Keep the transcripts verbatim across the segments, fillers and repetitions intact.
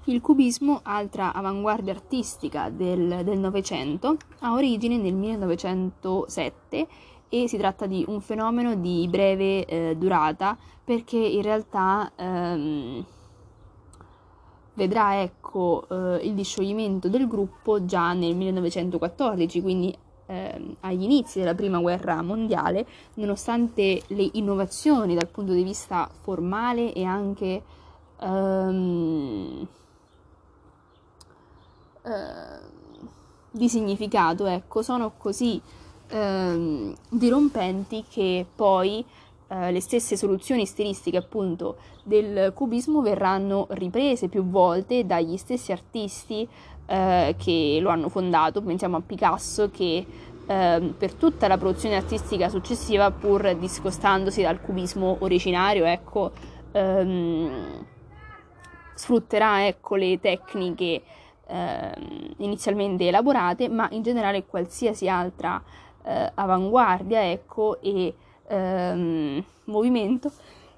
Il cubismo, altra avanguardia artistica del del Novecento, ha origine nel millenovecentosette e si tratta di un fenomeno di breve eh, durata, perché in realtà ehm, vedrà ecco, eh, il discioglimento del gruppo già nel millenovecentoquattordici, quindi ehm, agli inizi della Prima Guerra Mondiale, nonostante le innovazioni dal punto di vista formale e anche ehm, di significato, ecco, sono così ehm, dirompenti che poi eh, le stesse soluzioni stilistiche appunto del cubismo verranno riprese più volte dagli stessi artisti eh, che lo hanno fondato. Pensiamo a Picasso che eh, per tutta la produzione artistica successiva, pur discostandosi dal cubismo originario, ecco, ehm, sfrutterà ecco, le tecniche eh, inizialmente elaborate, ma in generale qualsiasi altra eh, avanguardia ecco, e ehm, movimento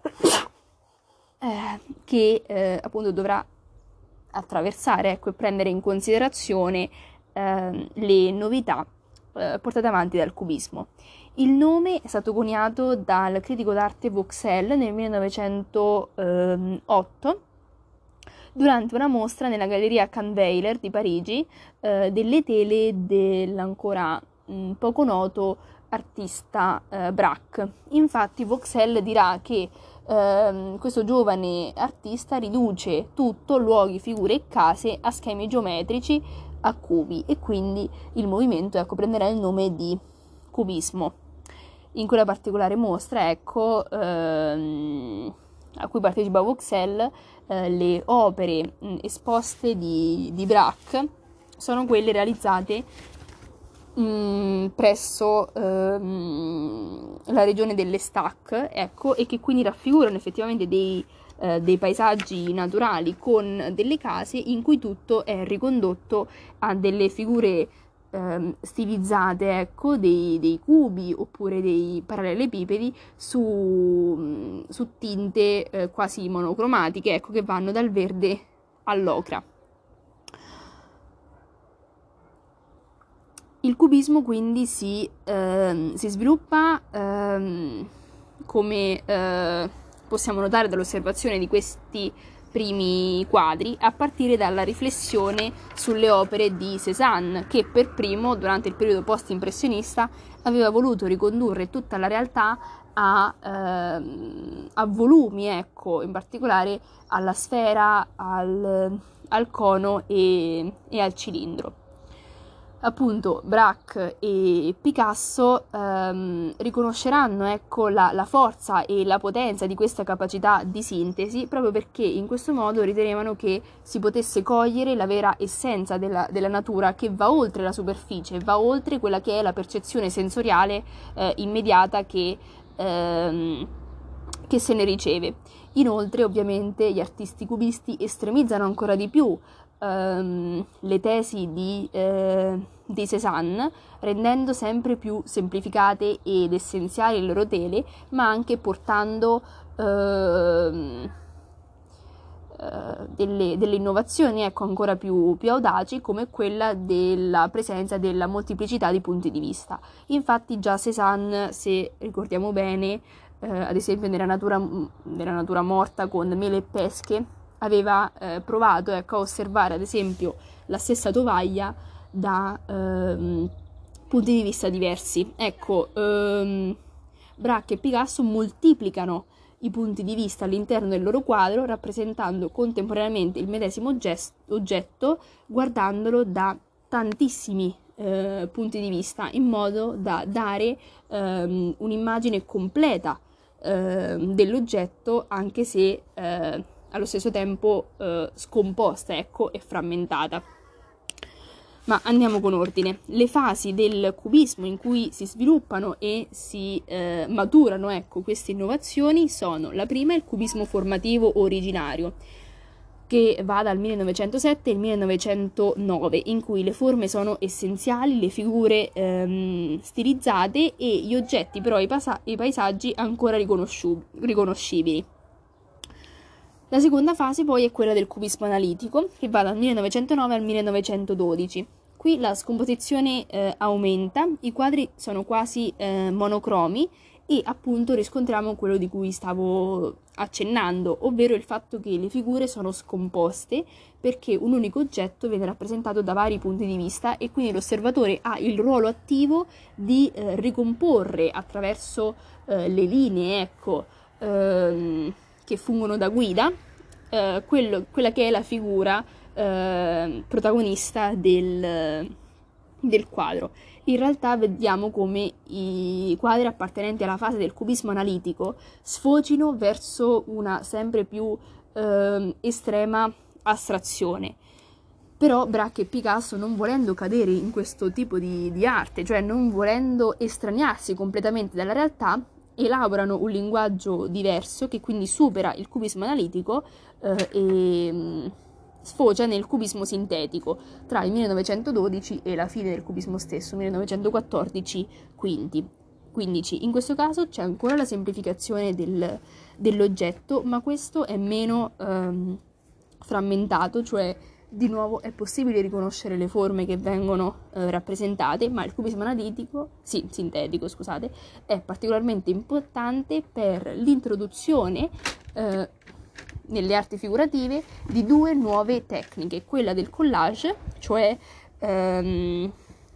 eh, che eh, appunto dovrà attraversare ecco, e prendere in considerazione eh, le novità eh, portate avanti dal cubismo. Il nome è stato coniato dal critico d'arte Vauxhall nel millenovecentootto durante una mostra nella galleria Kahnweiler di Parigi eh, delle tele dell'ancora mh, poco noto artista eh, Braque. Infatti Vauxhall dirà che eh, questo giovane artista riduce tutto, luoghi, figure e case, a schemi geometrici, a cubi, e quindi il movimento ecco, prenderà il nome di cubismo. In quella particolare mostra, ecco, ehm, a cui partecipa Vauxhall, eh, le opere mh, esposte di, di Braque sono quelle realizzate mh, presso ehm, la regione dell'Estac, ecco, e che quindi raffigurano effettivamente dei, eh, dei paesaggi naturali con delle case in cui tutto è ricondotto a delle figure ehm, stilizzate, ecco, dei, dei cubi oppure dei parallelepipedi su, su tinte eh, quasi monocromatiche, ecco, che vanno dal verde all'ocra. Il cubismo quindi si, ehm, si sviluppa ehm, come eh, possiamo notare dall'osservazione di questi primi quadri, a partire dalla riflessione sulle opere di Cézanne, che per primo, durante il periodo post-impressionista, aveva voluto ricondurre tutta la realtà a, ehm, a volumi, ecco, in particolare alla sfera, al, al cono e, e al cilindro. Appunto Braque e Picasso ehm, riconosceranno ecco, la, la forza e la potenza di questa capacità di sintesi, proprio perché in questo modo ritenevano che si potesse cogliere la vera essenza della, della natura, che va oltre la superficie, va oltre quella che è la percezione sensoriale eh, immediata che, ehm, che se ne riceve. Inoltre, ovviamente, gli artisti cubisti estremizzano ancora di più Um, le tesi di, eh, di Cézanne, rendendo sempre più semplificate ed essenziali le loro tele, ma anche portando uh, uh, delle, delle innovazioni ecco, ancora più, più audaci, come quella della presenza della molteplicità di punti di vista. Infatti già Cézanne, se ricordiamo bene, uh, ad esempio nella natura, nella natura morta con Mele e Pesche, aveva eh, provato ecco, a osservare ad esempio la stessa tovaglia da ehm, punti di vista diversi. Ecco, ehm, Braque e Picasso moltiplicano i punti di vista all'interno del loro quadro, rappresentando contemporaneamente il medesimo gest- oggetto, guardandolo da tantissimi eh, punti di vista, in modo da dare ehm, un'immagine completa eh, dell'oggetto, anche se eh, allo stesso tempo eh, scomposta, ecco, e frammentata. Ma andiamo con ordine. Le fasi del cubismo in cui si sviluppano e si eh, maturano, ecco, queste innovazioni sono: la prima è il cubismo formativo originario, che va dal millenovecentosette al millenovecentonove, in cui le forme sono essenziali, le figure ehm, stilizzate e gli oggetti, però i, pasa- i paesaggi ancora riconosciu- riconoscibili. La seconda fase poi è quella del cubismo analitico, che va dal millenovecentonove al millenovecentododici. Qui la scomposizione eh, aumenta, i quadri sono quasi eh, monocromi e appunto riscontriamo quello di cui stavo accennando, ovvero il fatto che le figure sono scomposte perché un unico oggetto viene rappresentato da vari punti di vista e quindi l'osservatore ha il ruolo attivo di eh, ricomporre attraverso eh, le linee, ecco, ehm, che fungono da guida, eh, quello, quella che è la figura eh, protagonista del, del quadro. In realtà vediamo come i quadri appartenenti alla fase del cubismo analitico sfocino verso una sempre più eh, estrema astrazione. Però Braque e Picasso, non volendo cadere in questo tipo di, di arte, cioè non volendo estraniarsi completamente dalla realtà, elaborano un linguaggio diverso che quindi supera il cubismo analitico eh, e mh, sfocia nel cubismo sintetico tra il millenovecentododici e la fine del cubismo stesso, millenovecentoquattordici quindici. In questo caso c'è ancora la semplificazione del, dell'oggetto, ma questo è meno ehm, frammentato, cioè di nuovo è possibile riconoscere le forme che vengono eh, rappresentate, ma il cubismo analitico, sì, sintetico, scusate, è particolarmente importante per l'introduzione eh, nelle arti figurative di due nuove tecniche, quella del collage, cioè ehm,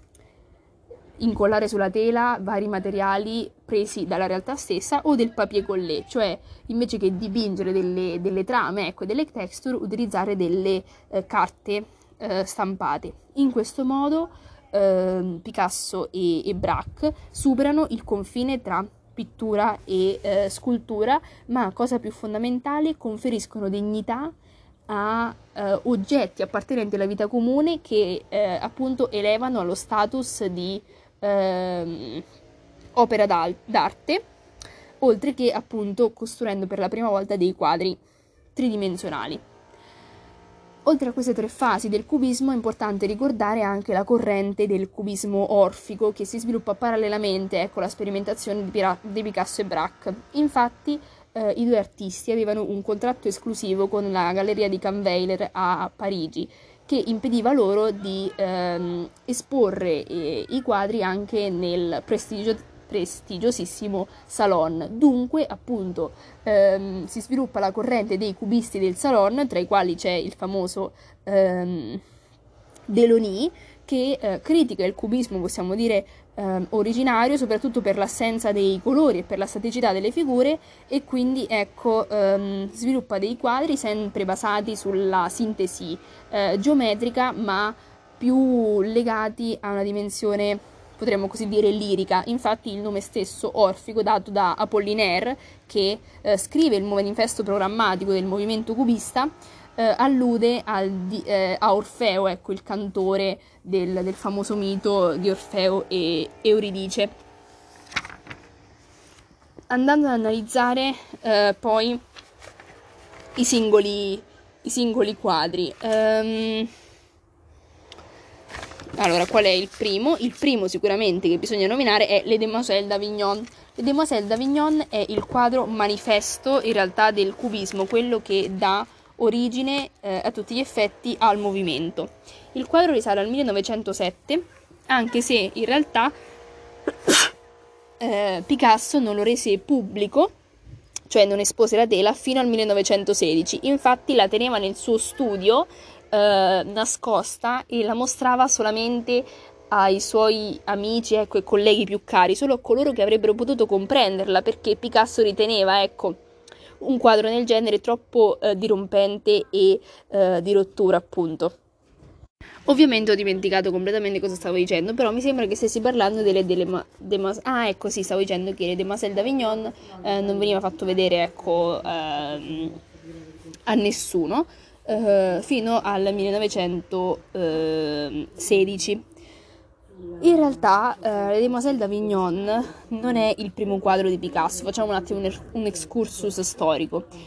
incollare sulla tela vari materiali presi dalla realtà stessa, o del papier-collé, cioè invece che dipingere delle, delle trame, ecco, delle texture, utilizzare delle eh, carte eh, stampate. In questo modo eh, Picasso e, e Braque superano il confine tra pittura e eh, scultura, ma cosa più fondamentale, conferiscono dignità a eh, oggetti appartenenti alla vita comune che eh, appunto elevano allo status di ehm, opera d'arte, oltre che appunto costruendo per la prima volta dei quadri tridimensionali. Oltre a queste tre fasi del cubismo è importante ricordare anche la corrente del cubismo orfico che si sviluppa parallelamente, ecco, alla sperimentazione di, Pira- di Picasso e Braque. Infatti eh, i due artisti avevano un contratto esclusivo con la Galleria di Kahnweiler a Parigi, che impediva loro di ehm, esporre eh, i quadri anche nel prestigio prestigiosissimo Salon. Dunque, appunto, ehm, si sviluppa la corrente dei cubisti del Salon, tra i quali c'è il famoso ehm, Delaunay, che eh, critica il cubismo, possiamo dire, ehm, originario, soprattutto per l'assenza dei colori e per la staticità delle figure, e quindi, ecco, ehm, sviluppa dei quadri sempre basati sulla sintesi eh, geometrica, ma più legati a una dimensione, potremmo così dire, lirica. Infatti il nome stesso orfico, dato da Apollinaire, che eh, scrive il manifesto programmatico del movimento cubista, eh, allude al di, eh, a Orfeo, ecco, il cantore del, del famoso mito di Orfeo e Euridice. Andando ad analizzare eh, poi i singoli, i singoli quadri. Um, Allora, qual è il primo? Il primo sicuramente che bisogna nominare è Les Demoiselles d'Avignon. Les Demoiselles d'Avignon è il quadro manifesto in realtà del cubismo, quello che dà origine eh, a tutti gli effetti al movimento. Il quadro risale al millenovecentosette, anche se in realtà eh, Picasso non lo rese pubblico, cioè non espose la tela, fino al millenovecentosedici. Infatti la teneva nel suo studio eh, nascosta e la mostrava solamente ai suoi amici, ecco, e colleghi più cari, solo a coloro che avrebbero potuto comprenderla, perché Picasso riteneva, ecco, un quadro del genere troppo eh, dirompente e eh, di rottura, appunto. Ovviamente ho dimenticato completamente cosa stavo dicendo, però mi sembra che stessi parlando delle, delle ma, dema, ah ecco sì, stavo dicendo che le Demoiselles d'Avignon eh, non veniva fatto vedere, ecco, ehm, a nessuno eh, fino al millenovecentosedici. In realtà eh, le Demoiselles d'Avignon non è il primo quadro di Picasso. Facciamo un attimo un, un excursus storico.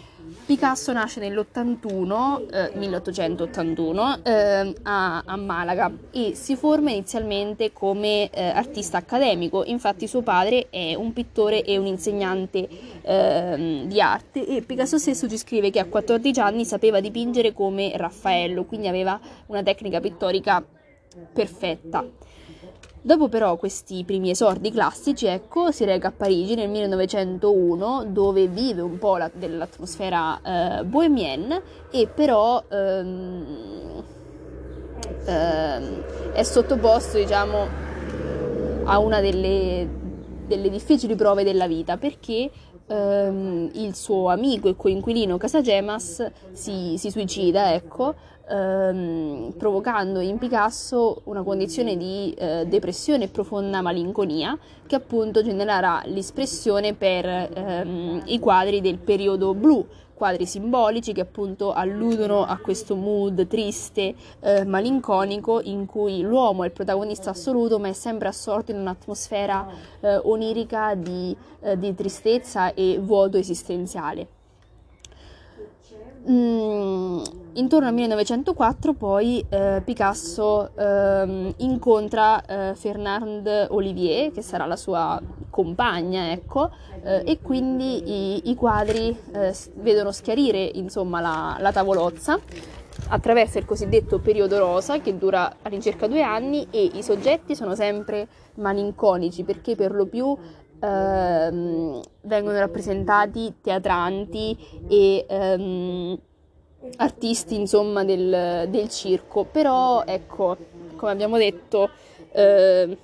Picasso nasce nell'ottantuno, eh, milleottocentottantuno, eh, a, a Malaga e si forma inizialmente come eh, artista accademico. Infatti suo padre è un pittore e un insegnante eh, di arte, e Picasso stesso ci scrive che a quattordici anni sapeva dipingere come Raffaello, quindi aveva una tecnica pittorica perfetta. Dopo però questi primi esordi classici, ecco, si reca a Parigi nel millenovecentouno, dove vive un po' la, dell'atmosfera eh, bohemienne, e però ehm, ehm, è sottoposto, diciamo, a una delle, delle difficili prove della vita, perché ehm, il suo amico e coinquilino Casagemas si, si suicida, ecco, ehm, provocando in Picasso una condizione di eh, depressione e profonda malinconia, che appunto genererà l'espressione per ehm, i quadri del periodo blu, quadri simbolici che appunto alludono a questo mood triste, eh, malinconico, in cui l'uomo è il protagonista assoluto, ma è sempre assorto in un'atmosfera eh, onirica di, eh, di tristezza e vuoto esistenziale. Mm, intorno al millenovecentoquattro poi eh, Picasso ehm, incontra eh, Fernande Olivier, che sarà la sua compagna, ecco, eh, e quindi i, i quadri eh, vedono schiarire, insomma, la, la tavolozza attraverso il cosiddetto periodo rosa, che dura all'incirca due anni, e i soggetti sono sempre malinconici, perché per lo più ehm, vengono rappresentati teatranti e ehm, artisti, insomma, del, del circo. Però ecco, come abbiamo detto, eh,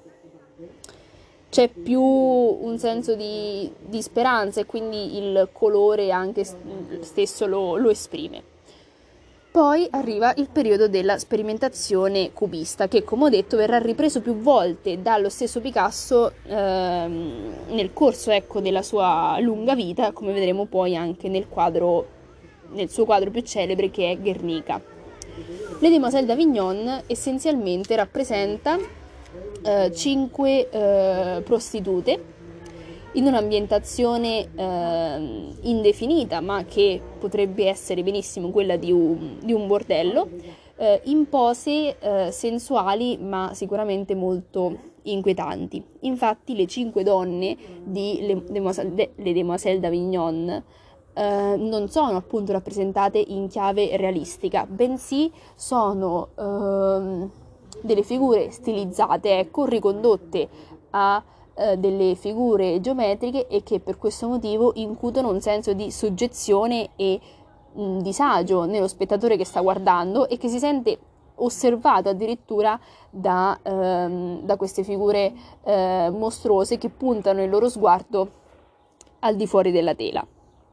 c'è più un senso di, di speranza, e quindi il colore anche stesso lo, lo esprime. Poi arriva il periodo della sperimentazione cubista, che, come ho detto, verrà ripreso più volte dallo stesso Picasso ehm, nel corso, ecco, della sua lunga vita, come vedremo poi anche nel quadro, nel suo quadro più celebre, che è Guernica. Le Demoiselles d'Avignon essenzialmente rappresenta eh, cinque eh, prostitute in un'ambientazione eh, indefinita, ma che potrebbe essere benissimo quella di un, di un bordello, eh, in pose eh, sensuali, ma sicuramente molto inquietanti. Infatti le cinque donne di Le Demoiselles, Le Demoiselles d'Avignon eh, non sono appunto rappresentate in chiave realistica, bensì sono eh, delle figure stilizzate, ecco, ricondotte a delle figure geometriche, e che per questo motivo incutono un senso di soggezione e mh, disagio nello spettatore che sta guardando, e che si sente osservato addirittura da, ehm, da queste figure eh, mostruose che puntano il loro sguardo al di fuori della tela.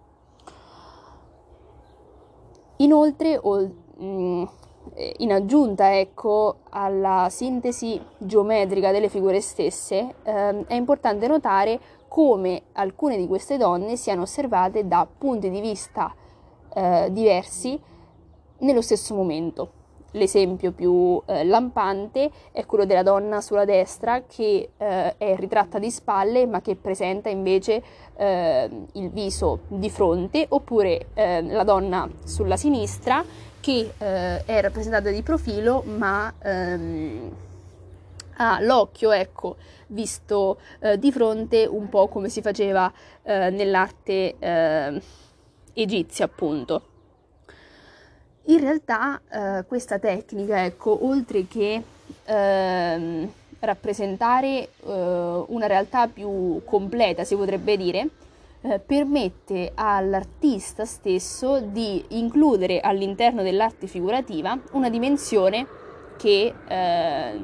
Inoltre, o, mh, in aggiunta, ecco, alla sintesi geometrica delle figure stesse, ehm, è importante notare come alcune di queste donne siano osservate da punti di vista eh, diversi nello stesso momento. L'esempio più eh, lampante è quello della donna sulla destra, che eh, è ritratta di spalle, ma che presenta invece eh, il viso di fronte, oppure eh, la donna sulla sinistra, che eh, è rappresentata di profilo, ma ehm, ha l'occhio, ecco, visto eh, di fronte, un po' come si faceva eh, nell'arte eh, egizia, appunto. In realtà eh, questa tecnica, ecco, oltre che ehm, rappresentare eh, una realtà più completa, si potrebbe dire, eh, permette all'artista stesso di includere all'interno dell'arte figurativa una dimensione che eh,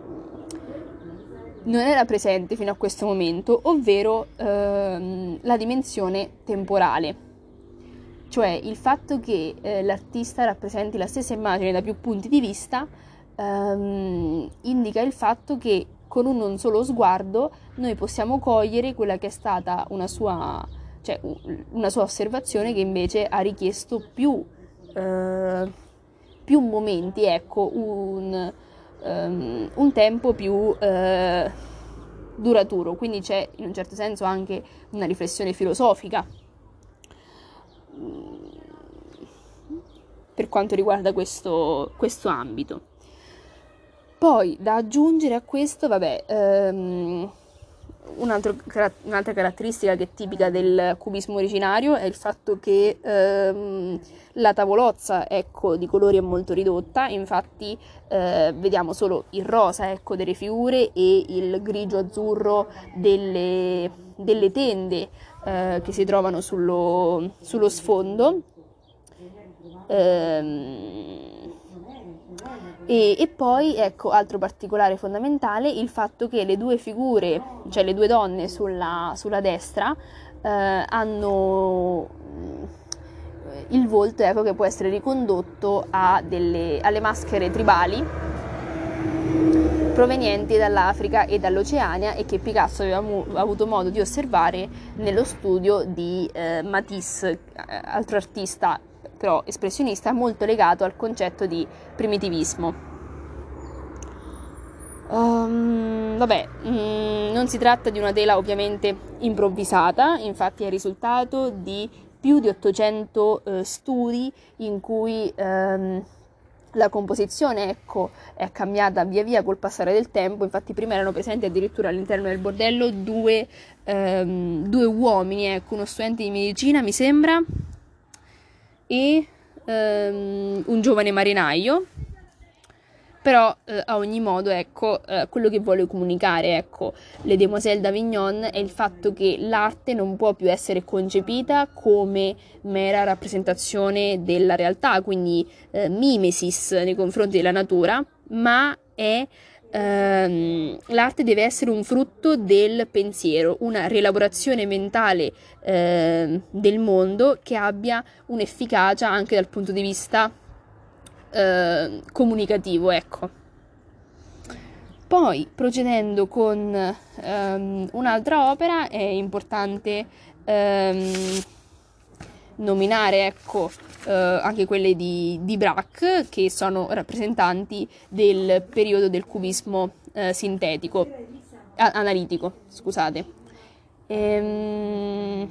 non era presente fino a questo momento, ovvero ehm, la dimensione temporale. Cioè il fatto che eh, l'artista rappresenti la stessa immagine da più punti di vista ehm, indica il fatto che con un non solo sguardo noi possiamo cogliere quella che è stata una sua, cioè, una sua osservazione, che invece ha richiesto più, eh, più momenti, ecco, un, um, un tempo più eh, duraturo. Quindi c'è in un certo senso anche una riflessione filosofica per quanto riguarda questo, questo ambito. Poi da aggiungere a questo, vabbè, ehm, un altro, un'altra caratteristica che è tipica del cubismo originario è il fatto che ehm, la tavolozza, ecco, di colori è molto ridotta, infatti eh, vediamo solo il rosa, ecco, delle figure e il grigio-azzurro delle, delle tende eh, che si trovano sullo, sullo sfondo. Ehm, E, e poi, ecco, altro particolare fondamentale, il fatto che le due figure, cioè le due donne sulla, sulla destra, eh, hanno il volto, ecco, che può essere ricondotto a delle, alle maschere tribali provenienti dall'Africa e dall'Oceania e che Picasso aveva mu- avuto modo di osservare nello studio di eh, Matisse, eh, altro artista però espressionista molto legato al concetto di primitivismo. Um, vabbè, mm, non si tratta di una tela ovviamente improvvisata, infatti è il risultato di più di ottocento eh, studi in cui ehm, la composizione, ecco, è cambiata via via col passare del tempo. Infatti prima erano presenti addirittura all'interno del bordello due, ehm, due uomini, ecco, uno studente di medicina mi sembra e ehm, un giovane marinaio. Però eh, a ogni modo, ecco, eh, quello che vuole comunicare, ecco, le Demoiselles d'Avignon è il fatto che l'arte non può più essere concepita come mera rappresentazione della realtà, quindi eh, mimesis nei confronti della natura, ma è ehm, l'arte deve essere un frutto del pensiero, una rielaborazione mentale eh, del mondo che abbia un'efficacia anche dal punto di vista eh, comunicativo, ecco. Poi, procedendo con ehm, un'altra opera, è importante ehm, nominare, ecco, eh, anche quelle di, di Braque, che sono rappresentanti del periodo del cubismo eh, sintetico, a- analitico, scusate. Ehm...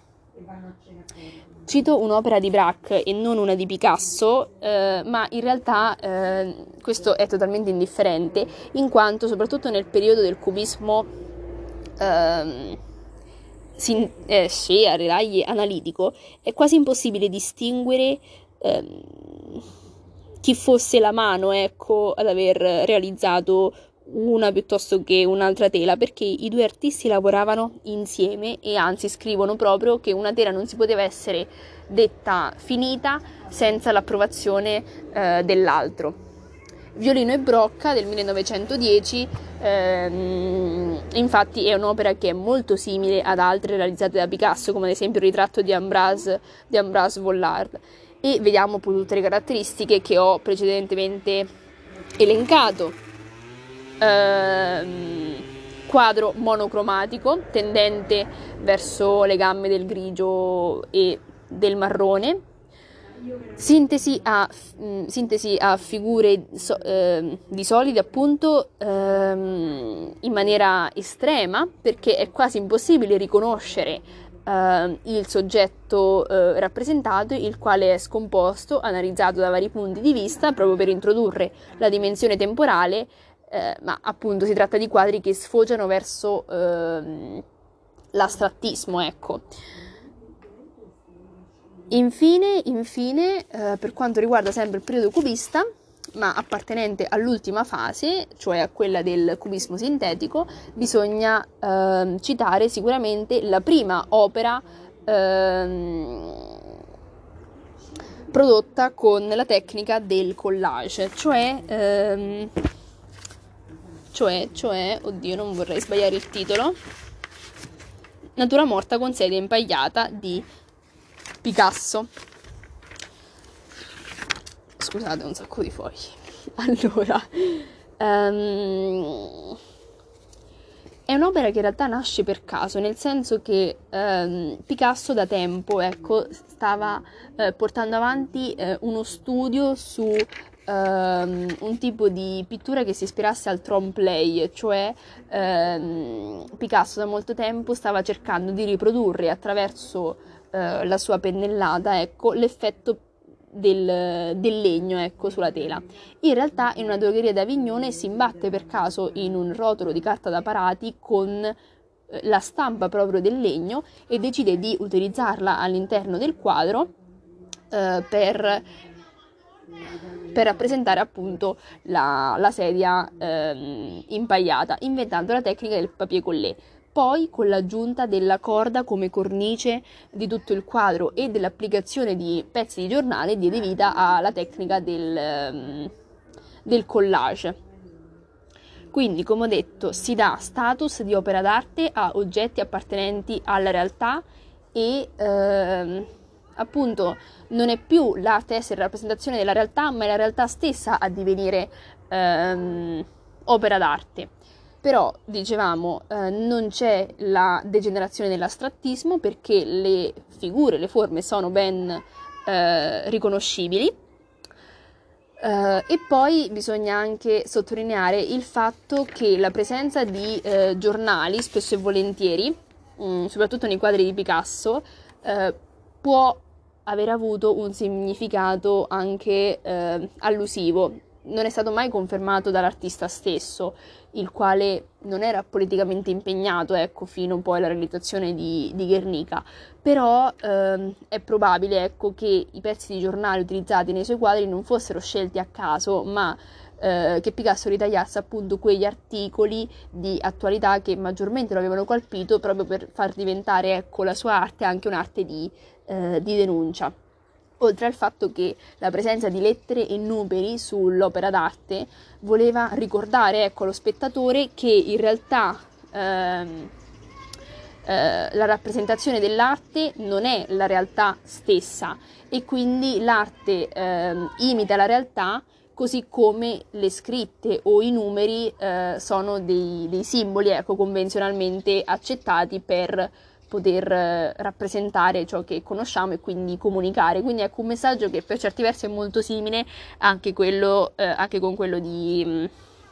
Cito un'opera di Braque e non una di Picasso, eh, ma in realtà eh, questo è totalmente indifferente, in quanto soprattutto nel periodo del cubismo ehm, sin- eh, sì, a rilagli analitico, è quasi impossibile distinguere ehm, chi fosse la mano, ecco, ad aver realizzato una piuttosto che un'altra tela, perché i due artisti lavoravano insieme e anzi scrivono proprio che una tela non si poteva essere detta finita senza l'approvazione eh, dell'altro. Violino e Brocca del millenovecentodieci, ehm, infatti è un'opera che è molto simile ad altre realizzate da Picasso, come ad esempio il ritratto di Ambroise, di Ambroise Vollard, e vediamo poi tutte le caratteristiche che ho precedentemente elencato. Ehm, quadro monocromatico tendente verso le gambe del grigio e del marrone, sintesi a, mh, sintesi a figure so, eh, di solidi appunto ehm, in maniera estrema, perché è quasi impossibile riconoscere eh, il soggetto eh, rappresentato, il quale è scomposto, analizzato da vari punti di vista proprio per introdurre la dimensione temporale. Eh, ma appunto si tratta di quadri che sfociano verso ehm, l'astrattismo, ecco. Infine, infine eh, per quanto riguarda sempre il periodo cubista, ma appartenente all'ultima fase, cioè a quella del cubismo sintetico, bisogna ehm, citare sicuramente la prima opera ehm, prodotta con la tecnica del collage, cioè, ehm, cioè, cioè, oddio, non vorrei sbagliare il titolo, Natura morta con sedia impagliata di Picasso. Scusate, un sacco di fogli. Allora, um, è un'opera che in realtà nasce per caso, nel senso che um, Picasso da tempo, ecco, stava eh, portando avanti eh, uno studio su um, un tipo di pittura che si ispirasse al trompe-l'œil, cioè um, Picasso da molto tempo stava cercando di riprodurre attraverso uh, la sua pennellata, ecco, l'effetto del, del legno, ecco, sulla tela. In realtà in una drogheria d'Avignone si imbatte per caso in un rotolo di carta da parati con la stampa proprio del legno e decide di utilizzarla all'interno del quadro eh, per, per rappresentare appunto la, la sedia eh, impagliata, inventando la tecnica del papier-collé. Poi, con l'aggiunta della corda come cornice di tutto il quadro e dell'applicazione di pezzi di giornale, diede vita alla tecnica del, del collage. Quindi, come ho detto, si dà status di opera d'arte a oggetti appartenenti alla realtà e ehm, appunto non è più l'arte a essere rappresentazione della realtà, ma è la realtà stessa a divenire ehm, opera d'arte. Però, dicevamo, eh, non c'è la degenerazione dell'astrattismo perché le figure, le forme sono ben eh, riconoscibili. Uh, e poi bisogna anche sottolineare il fatto che la presenza di uh, giornali, spesso e volentieri, mh, soprattutto nei quadri di Picasso, uh, può aver avuto un significato anche uh, allusivo. Non è stato mai confermato dall'artista stesso, il quale non era politicamente impegnato, ecco, fino poi alla realizzazione di, di Guernica. Però ehm, è probabile, ecco, che i pezzi di giornale utilizzati nei suoi quadri non fossero scelti a caso, ma eh, che Picasso ritagliasse appunto quegli articoli di attualità che maggiormente lo avevano colpito proprio per far diventare, ecco, la sua arte anche un'arte di, eh, di denuncia. Oltre al fatto che la presenza di lettere e numeri sull'opera d'arte voleva ricordare, ecco, allo spettatore che in realtà ehm, eh, la rappresentazione dell'arte non è la realtà stessa e quindi l'arte ehm, imita la realtà, così come le scritte o i numeri eh, sono dei, dei simboli, ecco, convenzionalmente accettati per poter eh, rappresentare ciò che conosciamo e quindi comunicare. Quindi ecco un messaggio che per certi versi è molto simile anche, quello, eh, anche con quello di,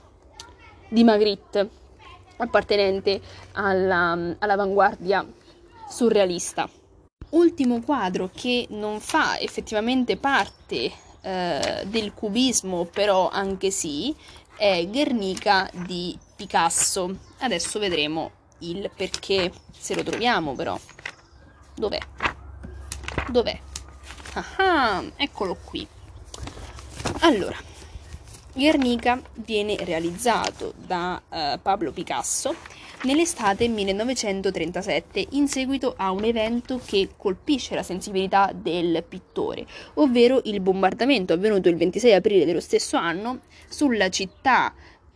di Magritte, appartenente alla, all'avanguardia surrealista. Ultimo quadro che non fa effettivamente parte eh, del cubismo, però anche sì, è Guernica di Picasso. Adesso vedremo il perché, se lo troviamo però. Dov'è? Dov'è? Ah, eccolo qui. Allora, Guernica viene realizzato da uh, Pablo Picasso nell'estate millenovecentotrentasette in seguito a un evento che colpisce la sensibilità del pittore, ovvero il bombardamento avvenuto il ventisei aprile dello stesso anno sulla città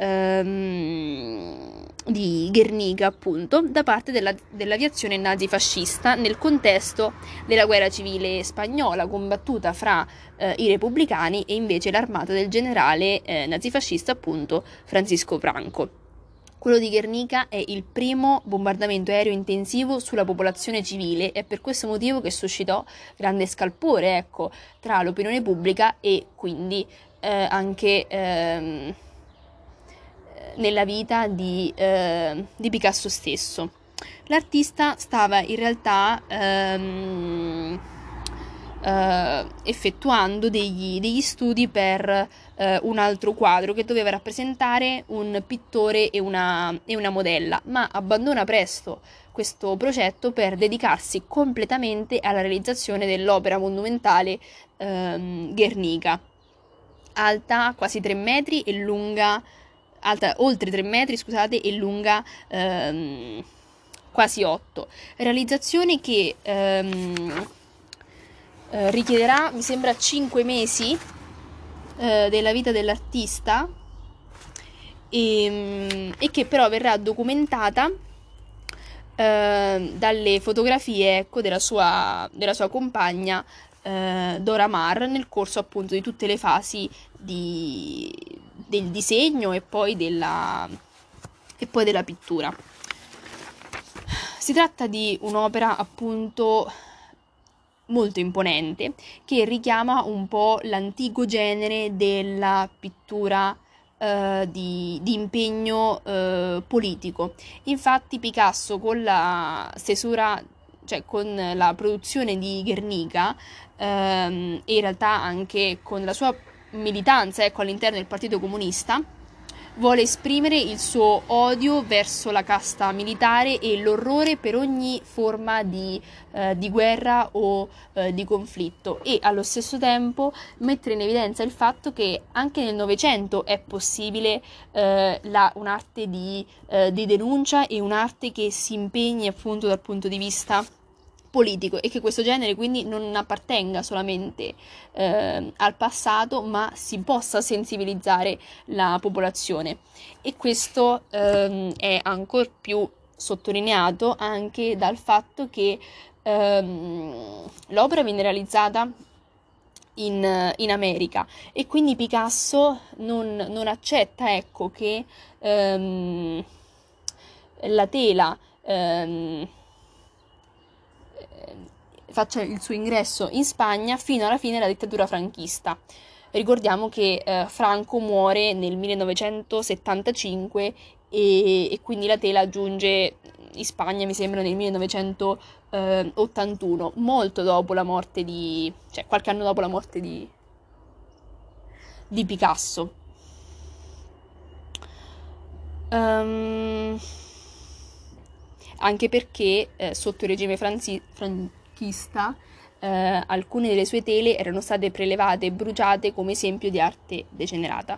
ehm, di Guernica, appunto, da parte della, dell'aviazione nazifascista nel contesto della guerra civile spagnola combattuta fra eh, i repubblicani e invece l'armata del generale eh, nazifascista, appunto, Francisco Franco. Quello di Guernica è il primo bombardamento aereo intensivo sulla popolazione civile e per questo motivo che suscitò grande scalpore, ecco, tra l'opinione pubblica e quindi eh, anche ehm, nella vita di, eh, di Picasso stesso. L'artista stava in realtà ehm, eh, effettuando degli, degli studi per eh, un altro quadro che doveva rappresentare un pittore e una, e una modella, ma abbandona presto questo progetto per dedicarsi completamente alla realizzazione dell'opera monumentale ehm, Guernica, alta quasi tre metri e lunga alta oltre tre metri, scusate, e lunga ehm, quasi otto. Realizzazione che ehm, eh, richiederà, mi sembra, cinque mesi eh, della vita dell'artista e, e che però verrà documentata eh, dalle fotografie, ecco, della sua, della sua compagna eh, Dora Maar nel corso appunto di tutte le fasi di, del disegno e poi della, e poi della pittura. Si tratta di un'opera appunto molto imponente che richiama un po' l'antico genere della pittura eh, di, di impegno eh, politico. Infatti Picasso con la stesura cioè con la produzione di Guernica ehm, e in realtà anche con la sua militanza, ecco, all'interno del Partito Comunista, vuole esprimere il suo odio verso la casta militare e l'orrore per ogni forma di, eh, di guerra o eh, di conflitto, e allo stesso tempo mettere in evidenza il fatto che anche nel Novecento è possibile eh, la, un'arte di, eh, di denuncia e un'arte che si impegni appunto dal punto di vista politico, e che questo genere quindi non appartenga solamente eh, al passato, ma si possa sensibilizzare la popolazione. E questo ehm, è ancora più sottolineato anche dal fatto che ehm, l'opera viene realizzata in, in America, e quindi Picasso non, non accetta, ecco, che ehm, la tela ehm, faccia il suo ingresso in Spagna fino alla fine della dittatura franchista. Ricordiamo che eh, Franco muore nel millenovecentosettantacinque e, e quindi la tela giunge in Spagna, mi sembra, nel millenovecentottantuno, molto dopo la morte di... cioè qualche anno dopo la morte di, di Picasso. Um, anche perché eh, sotto il regime franzi- franchista eh, alcune delle sue tele erano state prelevate e bruciate come esempio di arte degenerata.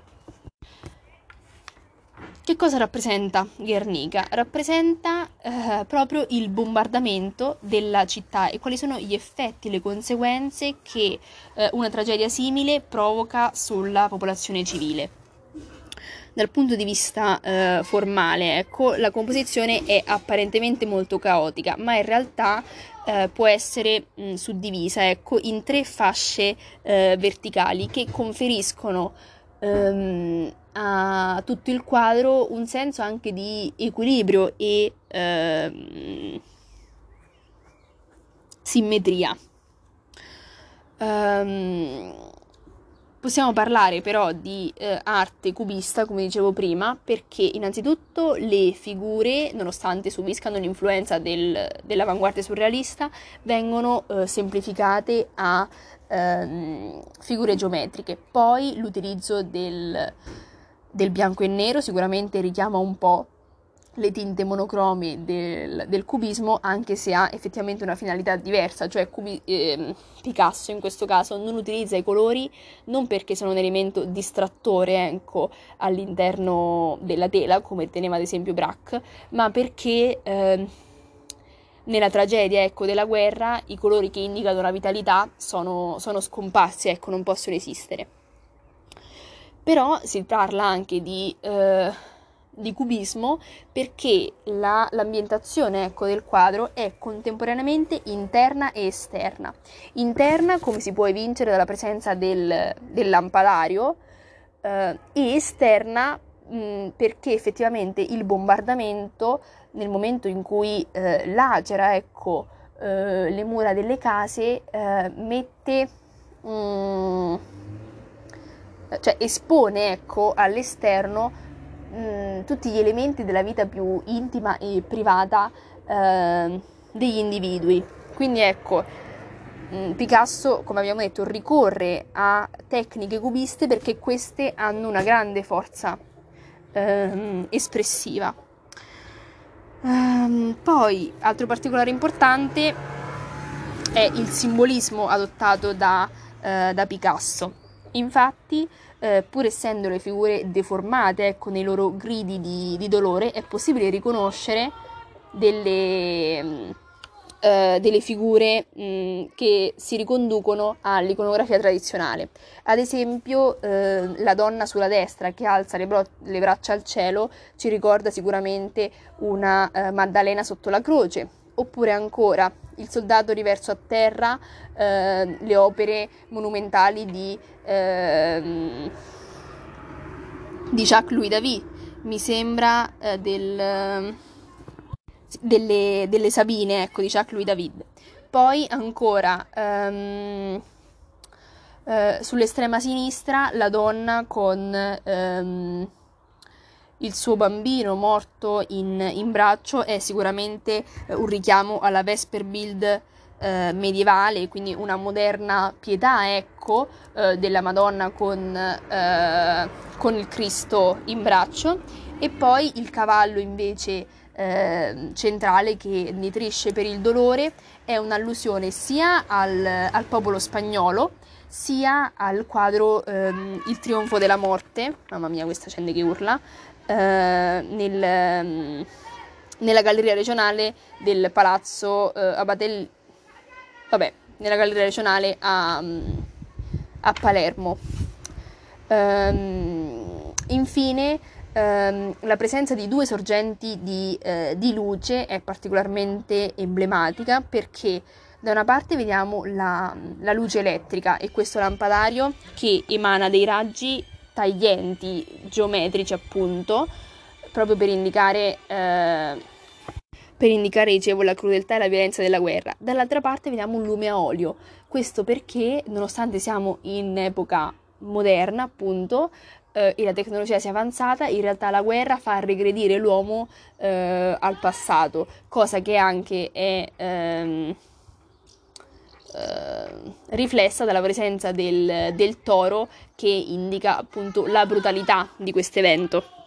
Che cosa rappresenta Guernica? Rappresenta eh, proprio il bombardamento della città e quali sono gli effetti, le conseguenze che eh, una tragedia simile provoca sulla popolazione civile. Dal punto di vista eh, formale, ecco, la composizione è apparentemente molto caotica, ma in realtà eh, può essere mh, suddivisa, ecco, in tre fasce eh, verticali che conferiscono ehm, a tutto il quadro un senso anche di equilibrio e ehm, simmetria. Um, Possiamo parlare però di eh, arte cubista, come dicevo prima, perché innanzitutto le figure, nonostante subiscano l'influenza del, dell'avanguardia surrealista, vengono eh, semplificate a ehm, figure geometriche. Poi l'utilizzo del, del bianco e nero sicuramente richiama un po' le tinte monocromi del, del cubismo, anche se ha effettivamente una finalità diversa, cioè cubi, eh, Picasso in questo caso non utilizza i colori non perché sono un elemento distrattore, ecco, all'interno della tela, come teneva ad esempio Braque, ma perché eh, nella tragedia, ecco, della guerra i colori che indicano la vitalità sono, sono scomparsi, ecco, non possono esistere. Però si parla anche di... Eh, di cubismo perché la, l'ambientazione, ecco, del quadro è contemporaneamente interna e esterna. Interna, come si può evincere dalla presenza del, del lampadario, eh, e esterna mh, perché effettivamente il bombardamento, nel momento in cui eh, lacera, ecco, eh, le mura delle case, eh, mette... Mh, cioè espone, ecco, all'esterno mh, tutti gli elementi della vita più intima e privata eh, degli individui. Quindi ecco, mh, Picasso, come abbiamo detto, ricorre a tecniche cubiste perché queste hanno una grande forza eh, espressiva. Um, poi, altro particolare importante è il simbolismo adottato da, eh, da Picasso. Infatti, eh, pur essendo le figure deformate, ecco, nei loro gridi di, di dolore, è possibile riconoscere delle, eh, delle figure mh, che si riconducono all'iconografia tradizionale. Ad esempio, eh, la donna sulla destra che alza le, bro- le braccia al cielo ci ricorda sicuramente una eh, Maddalena sotto la croce, oppure ancora il soldato riverso a terra, eh, le opere monumentali di, eh, di Jacques-Louis David, mi sembra eh, del, delle, delle Sabine, ecco, di Jacques-Louis David. Poi ancora ehm, eh, sull'estrema sinistra la donna con ehm, il suo bambino morto in, in braccio è sicuramente eh, un richiamo alla Vesperbild eh, medievale, quindi una moderna pietà, ecco, eh, della Madonna con, eh, con il Cristo in braccio, e poi il cavallo invece eh, centrale che nitrisce per il dolore è un'allusione sia al, al popolo spagnolo sia al quadro ehm, Il trionfo della morte, mamma mia questa gente che urla, eh, nel, ehm, nella galleria regionale del palazzo eh, Abatel, vabbè, nella galleria regionale a, a Palermo. Ehm, infine, ehm, la presenza di due sorgenti di, eh, di luce è particolarmente emblematica, perché da una parte vediamo la, la luce elettrica e questo lampadario che emana dei raggi taglienti, geometrici appunto, proprio per indicare, eh, per indicare, dicevo, la crudeltà e la violenza della guerra. Dall'altra parte vediamo un lume a olio, questo perché nonostante siamo in epoca moderna appunto eh, e la tecnologia sia avanzata, in realtà la guerra fa regredire l'uomo eh, al passato, cosa che anche è ehm, eh, riflessa dalla presenza del, del toro, che indica appunto la brutalità di questo evento.